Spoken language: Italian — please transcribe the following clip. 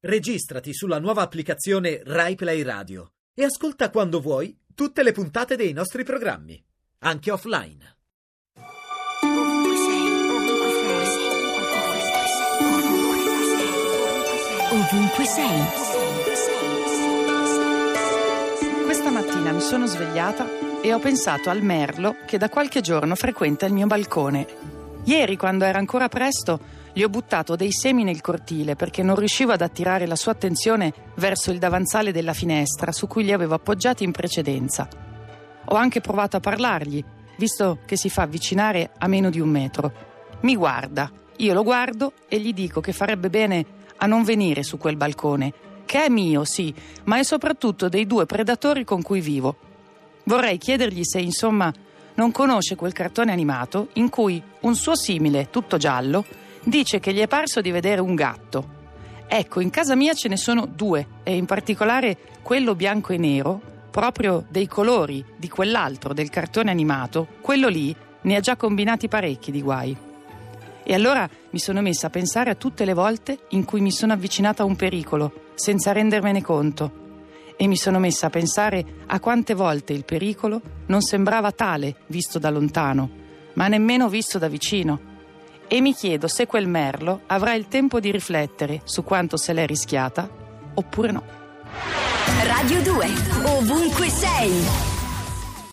Registrati sulla nuova applicazione Rai Play Radio e ascolta quando vuoi tutte le puntate dei nostri programmi, anche offline. Ovunque sei. Questa mattina mi sono svegliata e ho pensato al merlo che da qualche giorno frequenta il mio balcone. Ieri, quando era ancora presto, gli ho buttato dei semi nel cortile perché non riuscivo ad attirare la sua attenzione verso il davanzale della finestra su cui li avevo appoggiati in precedenza. Ho anche provato a parlargli, visto che si fa avvicinare a meno di 1 metro. Mi guarda, io lo guardo e gli dico che farebbe bene a non venire su quel balcone, che è mio, sì, ma è soprattutto dei 2 predatori con cui vivo. Vorrei chiedergli se, insomma, non conosce quel cartone animato in cui un suo simile, tutto giallo, dice che gli è parso di vedere un gatto. Ecco, in casa mia ce ne sono 2, e in particolare quello bianco e nero, proprio dei colori di quell'altro, del cartone animato, quello lì ne ha già combinati parecchi di guai. E allora mi sono messa a pensare a tutte le volte in cui mi sono avvicinata a un pericolo, senza rendermene conto. E mi sono messa a pensare a quante volte il pericolo non sembrava tale visto da lontano, ma nemmeno visto da vicino. E mi chiedo se quel merlo avrà il tempo di riflettere su quanto se l'è rischiata, oppure no. Radio 2, ovunque sei.